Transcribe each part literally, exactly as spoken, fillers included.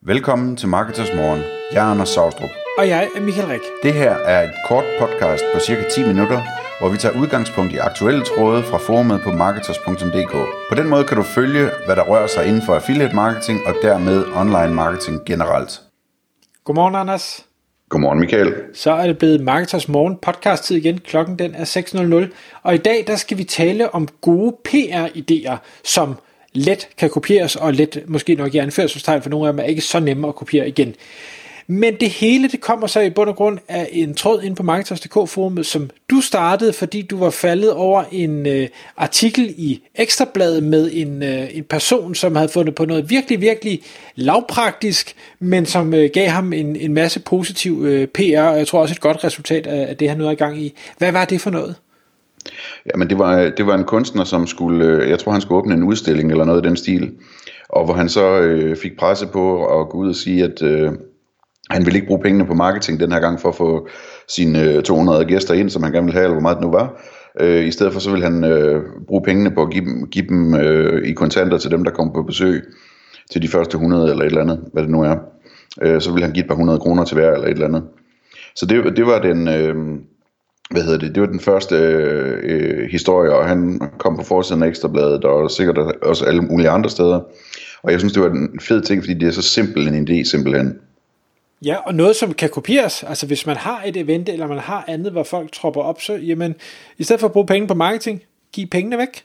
Velkommen til Marketers Morgen. Jeg er Anders Saustrup. Og jeg er Michael Rik. Det her er et kort podcast på cirka ti minutter, hvor vi tager udgangspunkt i aktuelle tråde fra forumet på marketers punktum d k. På den måde kan du følge, hvad der rører sig inden for affiliate marketing og dermed online marketing generelt. Godmorgen, Anders. Godmorgen, Michael. Så er det blevet Marketers Morgen podcast-tid igen. Klokken den er seks nul nul. Og i dag der skal vi tale om gode P R-idéer, som let kan kopieres, og let måske nok i anførselstegn, for nogle af dem er ikke så nemme at kopiere igen. Men det hele, det kommer så i bund og grund af en tråd inde på marketers punktum d k-forumet, som du startede, fordi du var faldet over en øh, artikel i Ekstrabladet med en, øh, en person, som havde fundet på noget virkelig, virkelig lavpraktisk, men som øh, gav ham en, en masse positiv øh, P R, og jeg tror også et godt resultat af, af det, han nåede i gang i. Hvad var det for noget? Jamen det var, det var en kunstner, som skulle, jeg tror han skulle åbne en udstilling eller noget i den stil, og hvor han så øh, fik presse på at gå ud og sige, at øh, han ville ikke bruge pengene på marketing den her gang for at få sine øh, to hundrede gæster ind, som han gerne ville have, eller hvor meget det nu var. Øh, I stedet for så ville han øh, bruge pengene på at give dem, give dem øh, i kontanter til dem, der kom på besøg, til de første hundrede eller et eller andet, hvad det nu er. Øh, så ville han give et par hundrede kroner til hver eller et eller andet. Så det, det var den... Øh, Hvad hedder det? Det var den første øh, historie, og han kom på forsiden af Ekstrabladet, og sikkert også alle mulige andre steder. Og jeg synes, det var en fed ting, fordi det er så simpel en idé, simpelthen. Ja, og noget, som kan kopieres. Altså, hvis man har et event, eller man har andet, hvor folk tropper op, så, jamen, i stedet for at bruge penge på marketing, giv pengene væk.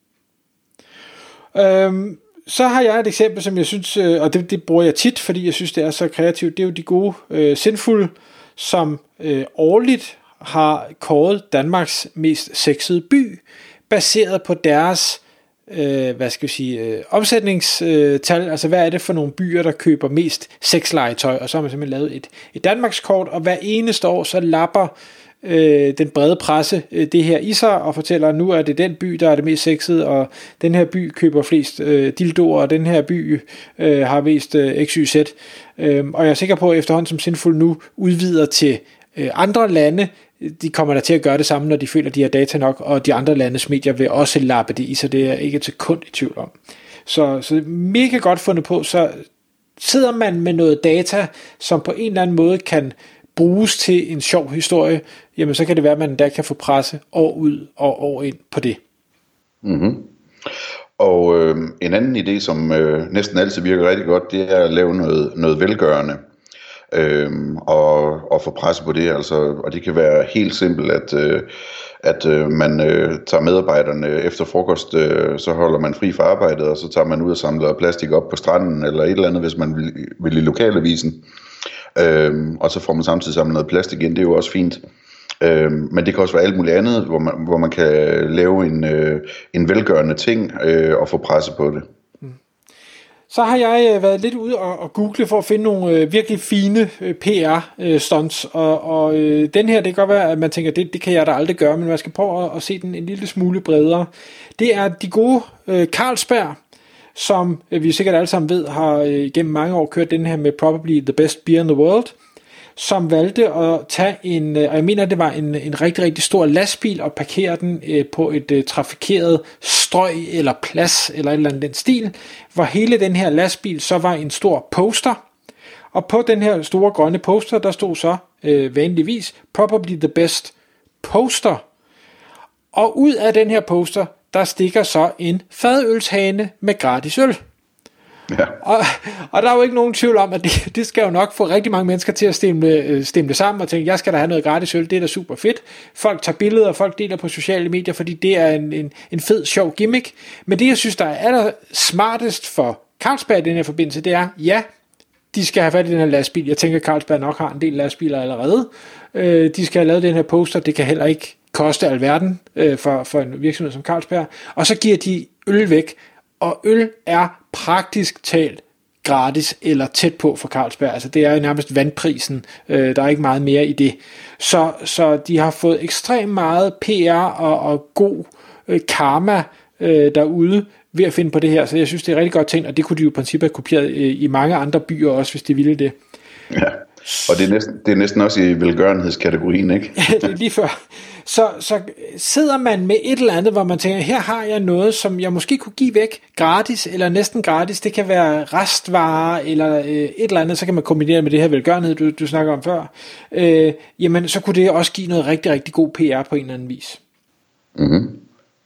Øhm, så har jeg et eksempel, som jeg synes, øh, og det, det bruger jeg tit, fordi jeg synes, det er så kreativt. Det er jo de gode øh, Sinful, som øh, årligt har kåret Danmarks mest sexede by, baseret på deres øh, hvad skal vi sige, øh, omsætningstal, øh, altså hvad er det for nogle byer, der køber mest sexlegetøj, og så har man simpelthen lavet et, et Danmarkskort, og hver eneste år, så lapper øh, den brede presse øh, det her i sig, og fortæller, at nu er det den by, der er det mest sexede, og den her by køber flest øh, dildoer, og den her by øh, har mest øh, X Y Z, øh, og jeg er sikker på, at efterhånden som Sinful nu udvider til øh, andre lande, de kommer der til at gøre det samme, når de føler, at de har data nok, og de andre landes medier vil også lappe det i, så det er ikke et sekund i tvivl om. Så, så mega godt fundet på, så sidder man med noget data, som på en eller anden måde kan bruges til en sjov historie, jamen så kan det være, at man der kan få presse år ud og år ind på det. Mm-hmm. Og øh, en anden idé, som øh, næsten altid virker rigtig godt, det er at lave noget, noget velgørende. Øhm, og, og få presse på det, altså, og det kan være helt simpelt, at, øh, at øh, man øh, tager medarbejderne efter frokost, øh, så holder man fri fra arbejdet, og så tager man ud og samler plastik op på stranden, eller et eller andet, hvis man vil, vil i lokalavisen, øhm, og så får man samtidig samlet noget plastik ind, det er jo også fint. Øhm, men det kan også være alt muligt andet, hvor man, hvor man kan lave en, øh, en velgørende ting, øh, og få presse på det. Så har jeg været lidt ude og, og google for at finde nogle øh, virkelig fine øh, P R-stunts, øh, og, og øh, den her, det kan godt være, at man tænker, det, det kan jeg da aldrig gøre, men man skal prøve at, at se den en lille smule bredere. Det er de gode øh, Carlsberg, som øh, vi sikkert alle sammen ved, har øh, gennem mange år kørt den her med probably the best beer in the world, som valgte at tage en, og jeg mener, det var en, en rigtig, rigtig stor lastbil, og parkere den øh, på et øh, trafikeret strøg eller plads, eller et eller andet den stil, hvor hele den her lastbil så var en stor poster, og på den her store grønne poster, der stod så øh, vanligvis, probably the best poster, og ud af den her poster, der stikker så en fadølshane med gratis øl. Ja. Og, og der er jo ikke nogen tvivl om, at det, det skal jo nok få rigtig mange mennesker til at stemle, stemle sammen og tænke, jeg skal da have noget gratis øl, det er da super fedt. Folk tager billeder, og folk deler på sociale medier, fordi det er en, en, en fed, sjov gimmick. Men det, jeg synes, der er aller smartest for Carlsberg i den her forbindelse, det er, ja, de skal have fat i den her lastbil. Jeg tænker, at Carlsberg nok har en del lastbiler allerede. Øh, de skal have lavet den her poster, det kan heller ikke koste alverden øh, for, for en virksomhed som Carlsberg. Og så giver de øl væk, og øl er praktisk talt gratis eller tæt på for Carlsberg. Altså det er jo nærmest vandprisen. Øh, der er ikke meget mere i det. Så, så de har fået ekstremt meget P R og, og god øh, karma øh, derude ved at finde på det her. Så jeg synes, det er rigtig godt tænkt, og det kunne de jo i princippet have kopieret øh, i mange andre byer også, hvis de ville det. Ja, Og det er næsten, det er næsten også i velgørenhedskategorien, ikke? Ja, det er lige før. Så, så sidder man med et eller andet, hvor man tænker, her har jeg noget, som jeg måske kunne give væk gratis, eller næsten gratis. Det kan være restvarer, eller øh, et eller andet, så kan man kombinere med det her velgørenhed, du, du snakker om før. Øh, jamen, så kunne det også give noget rigtig, rigtig god P R på en eller anden vis. Mhm.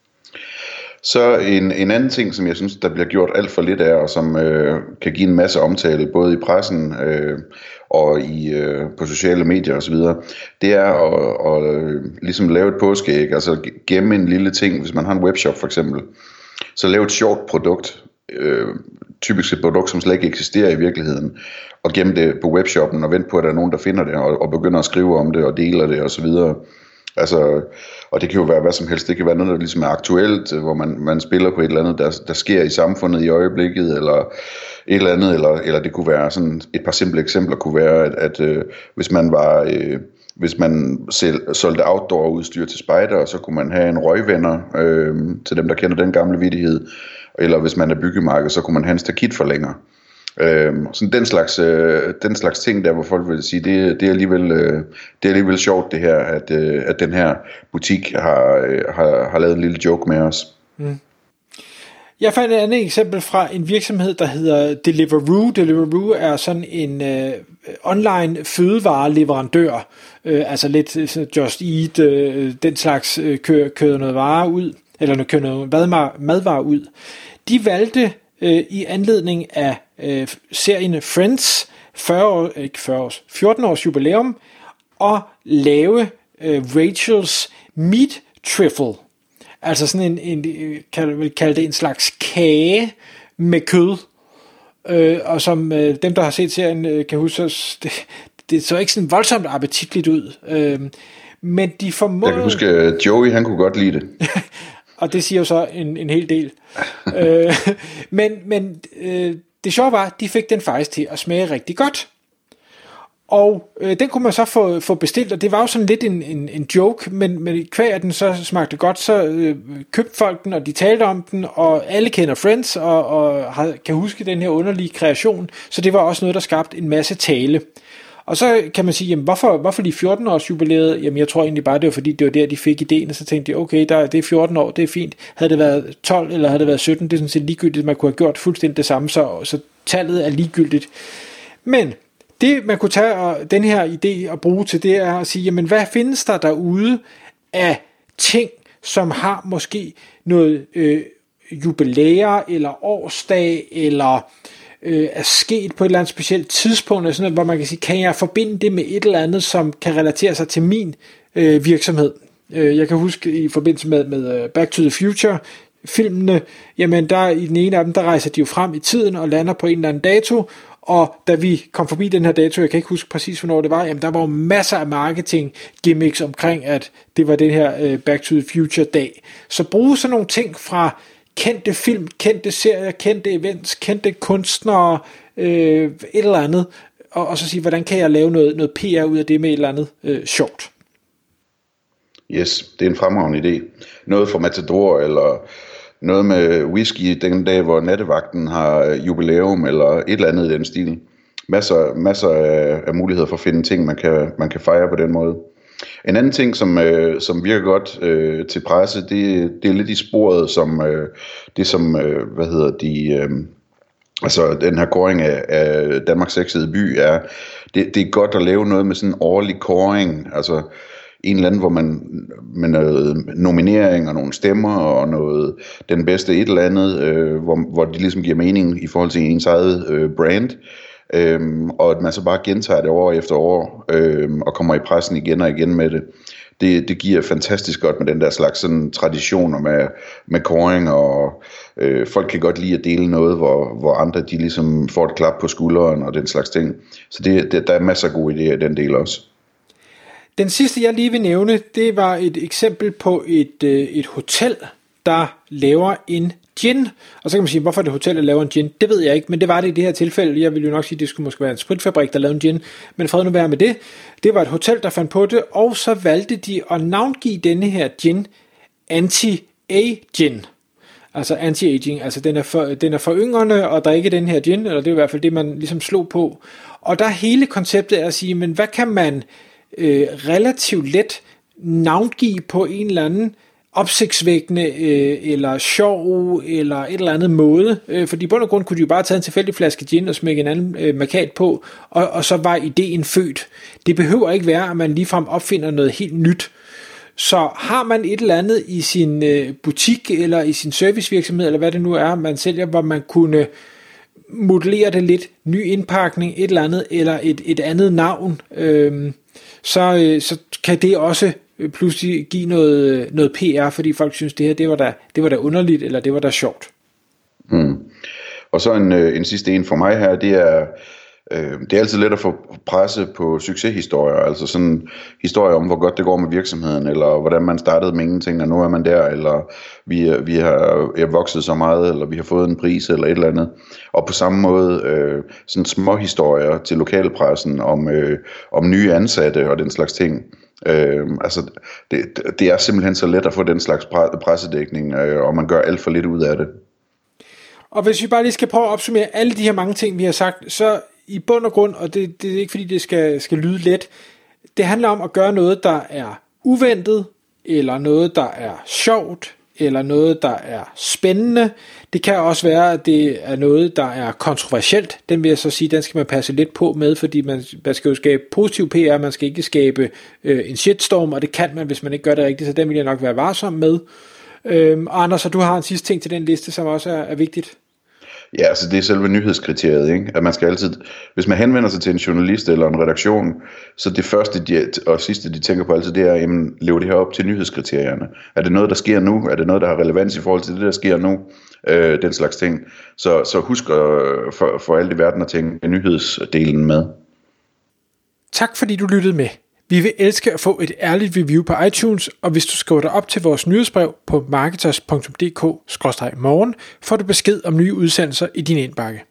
Så en, en anden ting, som jeg synes, der bliver gjort alt for lidt af, og som øh, kan give en masse omtale, både i pressen øh, og i, øh, på sociale medier osv., det er at, at øh, ligesom lave et påskeæg, altså gemme en lille ting, hvis man har en webshop for eksempel. Så lave et sjovt produkt, øh, typisk et produkt, som slet ikke eksisterer i virkeligheden, og gemme det på webshoppen og vente på, at der er nogen, der finder det, og, og begynder at skrive om det og deler det osv., altså, og det kan jo være hvad som helst. Det kan være noget, der ligesom er aktuelt, hvor man, man spiller på et eller andet, der, der sker i samfundet i øjeblikket, eller et eller andet, eller, eller det kunne være sådan et par simple eksempler, kunne være, at, at øh, hvis man var, øh, hvis man selv, solgte outdoor-udstyr til spejder, så kunne man have en røgvender, øh, til dem, der kender den gamle vittighed, eller hvis man er byggemarked, så kunne man have en stakitforlænger. Øh, sådan den slags, øh, den slags ting der, hvor folk vil sige, det, det, er alligevel, øh, det er alligevel sjovt det her, at, øh, at den her butik har, øh, har, har lavet en lille joke med os. Mm. Jeg fandt et andet eksempel fra en virksomhed, der hedder Deliveroo. Deliveroo er sådan en øh, online fødevareleverandør, øh, altså lidt øh, Just Eat, øh, den slags øh, kører, kører noget varer ud, eller kører noget madvarer, madvarer ud. De valgte øh, i anledning af øh, serien Friends, fyrre år, ikke fyrre års, fjorten års jubilæum, og lave øh, Rachels Meat Trifle. Altså sådan en, en kan man kalde det en slags kage med kød, øh, og som øh, dem der har set serien øh, kan huske, det, det så ikke sådan voldsomt appetitligt ud, øh, men de formåede... Jeg kan huske, at Joey han kunne godt lide det. Og det siger jo så en, en hel del. øh, men men øh, det sjove var, at de fik den faktisk til at smage rigtig godt. Og øh, den kunne man så få, få bestilt, og det var jo sådan lidt en, en, en joke, men, men kvæg at den så smagte godt, så øh, købte folk den, og de talte om den, og alle kender Friends, og, og har, kan huske den her underlige kreation, så det var også noget, der skabte en masse tale. Og så kan man sige, jamen hvorfor, hvorfor lige fjorten års jubilæet? Jamen jeg tror egentlig bare, det var fordi, det var der, de fik ideen, og så tænkte de, okay, der, det er fjorten år, det er fint. Havde det været tolv, eller havde det været sytten, det er sådan set ligegyldigt, man kunne have gjort fuldstændig det samme, så, så tallet er ligegyldigt. Men det, man kunne tage og den her idé og bruge til, det er at sige, jamen hvad findes der derude af ting, som har måske noget øh, jubilære, eller årsdag, eller øh, er sket på et eller andet specielt tidspunkt, eller sådan noget, hvor man kan sige, kan jeg forbinde det med et eller andet, som kan relatere sig til min øh, virksomhed. Øh, jeg kan huske i forbindelse med, med Back to the Future, filmene, jamen der i den ene af dem, der rejser de jo frem i tiden og lander på en eller anden dato, og da vi kom forbi den her dato, jeg kan ikke huske præcis, hvornår det var, jamen der var jo masser af marketing gimmicks omkring, at det var den her uh, Back to the Future dag. Så bruge sådan nogle ting fra kendte film, kendte serier, kendte events, kendte kunstnere, øh, et eller andet, og, og så sige, hvordan kan jeg lave noget, noget P R ud af det med et eller andet øh, sjovt. Yes, det er en fremragende idé. Noget fra Matador, eller noget med whisky den dag, hvor nattevagten har jubilæum, eller et eller andet i den stil. Masser, masser af, af muligheder for at finde ting, man kan, man kan fejre på den måde. En anden ting, som, øh, som virker godt øh, til presse, det, det er lidt i sporet, som øh, det som, øh, hvad hedder de, øh, altså den her kåring af, af Danmarks sexede by er, det, det er godt at lave noget med sådan en årlig kåring, altså en eller anden, hvor man med noget nominering og nogle stemmer og noget den bedste et eller andet, øh, hvor, hvor de ligesom giver mening i forhold til ens eget øh, brand, øh, og at man så bare gentager det år efter år øh, og kommer i pressen igen og igen med det. Det, det giver fantastisk godt med den der slags sådan traditioner med, med kåring, og øh, folk kan godt lide at dele noget, hvor, hvor andre de ligesom får et klap på skulderen og den slags ting. Så det, det, der er masser af gode idéer i den del også. Den sidste, jeg lige vil nævne, det var et eksempel på et, øh, et hotel, der laver en gin. Og så kan man sige, hvorfor er det hotel, der laver en gin? Det ved jeg ikke, men det var det i det her tilfælde. Jeg ville jo nok sige, at det skulle måske være en spritfabrik, der lavede en gin. Men fred nu være med det. Det var et hotel, der fandt på det, og så valgte de at navngive denne her gin Anti-A-Gin. altså anti-aging, altså den er, for, den er foryngrende, og der er ikke den her gin, eller det er i hvert fald det, man ligesom slog på. Og der er hele konceptet at sige, men hvad kan man øh, relativt let navngive på en eller anden opsigtsvækkende, øh, eller sjov, eller et eller andet måde, øh, fordi på bund og grund kunne de jo bare tage en tilfældig flaske gin og smække en anden øh, markat på, og, og så var ideen født. Det behøver ikke være, at man ligefrem opfinder noget helt nyt. Så har man et eller andet i sin øh, butik, eller i sin servicevirksomhed, eller hvad det nu er, man sælger, hvor man kunne modellere det lidt, ny indpakning, et eller andet, eller et, et andet navn, øh, så, øh, så kan det også pludselig give noget, noget P R, fordi folk synes, det her, det var da, det var da underligt, eller det var da sjovt. Mm. Og så en, en sidste en for mig her, det er, øh, det er altid let at få presse på succeshistorier, altså sådan historier om, hvor godt det går med virksomheden, eller hvordan man startede med ingenting, og nu er man der, eller vi, vi har er vokset så meget, eller vi har fået en pris, eller et eller andet. Og på samme måde, øh, sådan små historier til lokalpressen om, øh, om nye ansatte og den slags ting. Øh, altså det, det er simpelthen så let at få den slags pressedækning, øh, og man gør alt for lidt ud af det. Og hvis vi bare lige skal prøve at opsummere alle de her mange ting, vi har sagt, så i bund og grund, og det, det er ikke fordi det skal, skal lyde let, det handler om at gøre noget, der er uventet, eller noget, der er sjovt, eller noget, der er spændende. Det kan også være, at det er noget, der er kontroversielt. Den vil jeg så sige, den skal man passe lidt på med, fordi man, man skal jo skabe positiv P R, man skal ikke skabe øh, en shitstorm, og det kan man, hvis man ikke gør det rigtigt, så den vil jeg nok være varsom med. Øhm, og Anders, så du har en sidste ting til den liste, som også er, er vigtigt. Ja, altså det er selve nyhedskriteriet, ikke? At man skal altid, hvis man henvender sig til en journalist eller en redaktion, så det første de, og sidste de tænker på altid, det er, jamen, lever det her op til nyhedskriterierne? Er det noget, der sker nu? Er det noget, der har relevans i forhold til det, der sker nu? Øh, den slags ting. Så, så husk at, for, for alt i verden at tænke nyhedsdelen med. Tak fordi du lyttede med. Vi vil elske at få et ærligt review på iTunes, og hvis du skriver dig op til vores nyhedsbrev på marketers punktum d k skråstreg morgen, får du besked om nye udsendelser i din indbakke.